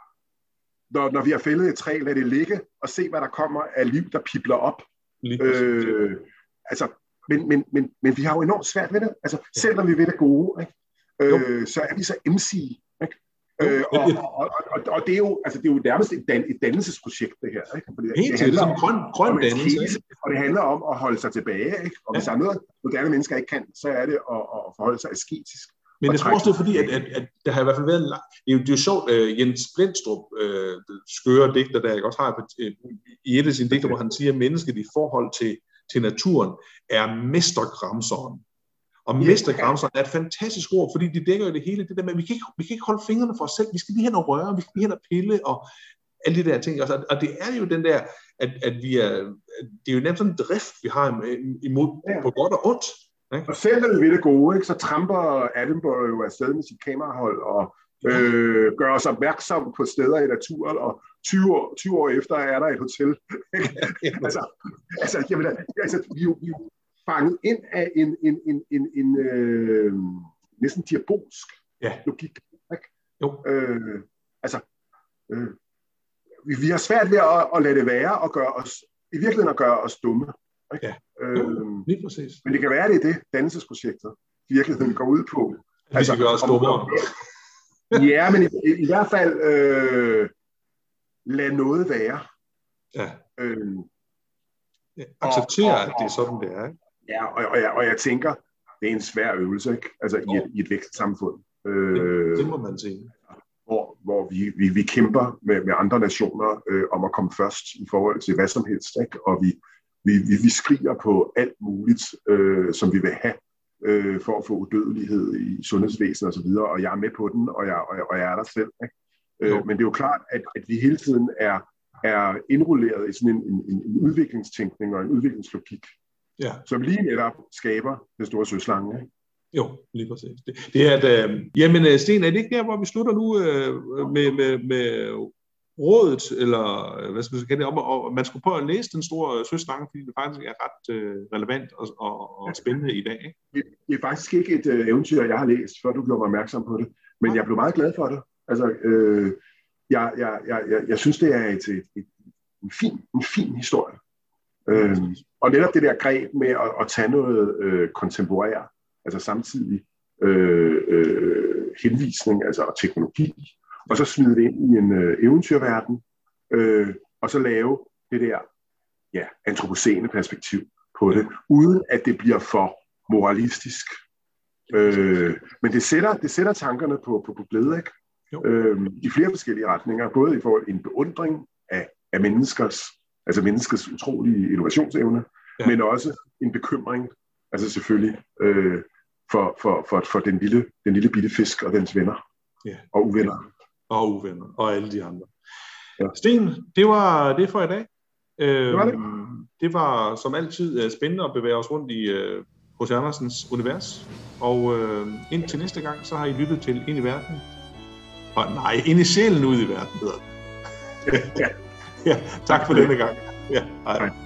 når, når vi har fældet et træ, lad det ligge, og se, hvad der kommer af liv, der pibler op. Øh, altså, men, men, men, men vi har jo enormt svært ved det. Altså, selv når vi ved det gode, ikke? Øh, så er vi så emsige. Ikke? Øh, og, og, og, og det er jo, altså, det er jo nærmest et, dan, et dannelsesprojekt, det her. Ikke? Fordi Helt det handler om, grøn, grøn om dannelse. Og det handler om at holde sig tilbage. Ikke? Og hvis der er noget, moderne mennesker ikke kan, så er det at, at forholde sig asketisk. Men jeg tror også, det er fordi, at, at, at der har i hvert fald været en lang... Det er jo, det er jo sjovt, uh, Jens Blendstrup, uh, skøre digter, der jeg også har uh, i et af sine digter, hvor han siger, at mennesket i forhold til, til naturen er mestergramseren. Og yeah. mestergramseren er et fantastisk ord, fordi de dækker jo det hele. Det der med, at vi kan ikke, vi kan ikke holde fingrene for os selv. Vi skal lige hen og røre, vi skal lige hen og pille, og alle de der ting. Og, og det er jo den der, at, at vi er... Det er jo nærmest sådan en drift, vi har imod yeah. på godt og ondt. Okay. Og selv når vi ved det gode, ikke, så tramper Attenborough jo afsted med sit kamerahold og øh, gør os opmærksom på steder i naturen, og tyve år, tyve år efter er der et hotel. altså, altså, jeg mener, altså, vi er jo, vi er jo fanget ind af en, en, en, en, en øh, næsten diabolsk ja. logik. Ikke? Jo. Øh, altså, øh, vi, vi har svært ved at, at lade det være og gøre os, i virkeligheden at gøre os dumme. Okay. Ja, øhm, lige præcis. Men det kan være, det er det, dannelsesprojekter i virkeligheden går ud på. Vi skal gøre os dummere. Ja, men i, i, i hvert fald øh, lad noget være. Ja. Øh, ja. Acceptere, at det er sådan, det er. Ikke? Ja, og, og, jeg, og jeg tænker, det er en svær øvelse, ikke? Altså i et, i et vækstsamfund. Øh, det, det må man sige. Hvor, hvor vi, vi, vi kæmper med, med andre nationer øh, om at komme først i forhold til hvad som helst, ikke? Og vi, vi, vi, vi skriger på alt muligt, øh, som vi vil have, øh, for at få udødelighed i sundhedsvæsenet osv., og, og jeg er med på den, og jeg, og jeg, og jeg er der selv. Ikke? Øh, men det er jo klart, at, at vi hele tiden er, er indrulleret i sådan en, en, en udviklingstænkning og en udviklingslogik, ja. Som lige netop skaber den store søslange. Ikke? Jo, lige præcis. Det, det er, at, øh, jamen Sten, er det ikke der, hvor vi slutter nu øh, med, med, med rådet, eller hvad skal man sige, om, og man skulle prøve at læse den store søslange, fordi det faktisk er ret øh, relevant og, og, og spændende i dag, ikke? Det, det er faktisk ikke et øh, eventyr, jeg har læst, før du gjorde mig opmærksom på det, men ja. Jeg blev meget glad for det. Altså, øh, jeg, jeg, jeg, jeg, jeg synes, det er et, et, et, en, fin, en fin historie. Øh, og netop det der greb med at, at tage noget øh, kontemporært, altså samtidig øh, øh, henvisning, altså teknologi, og så smide det ind i en øh, eventyrverden, øh, og så lave det der ja, antropocene perspektiv på det, uden at det bliver for moralistisk. Øh, men det sætter, det sætter tankerne på, på, på glæde, ikke? Øh, i flere forskellige retninger, både i forhold til en beundring af, af menneskers, altså menneskers utrolige innovationsevne, ja. Men også en bekymring, altså selvfølgelig, øh, for, for, for, for den, lille, den lille bitte fisk og dens venner, ja. Og uvenner. Og uvenner, og alle de andre. Ja. Sten, det var det for i dag. Det var, det. det var som altid spændende at bevæge os rundt i H C Andersens univers. Og øh, indtil næste gang, så har I lyttet til Ind i verden. Og nej, Ind i sjælen ud i verden, hedder det. Ja, tak for denne gang. Ja, hej. hej.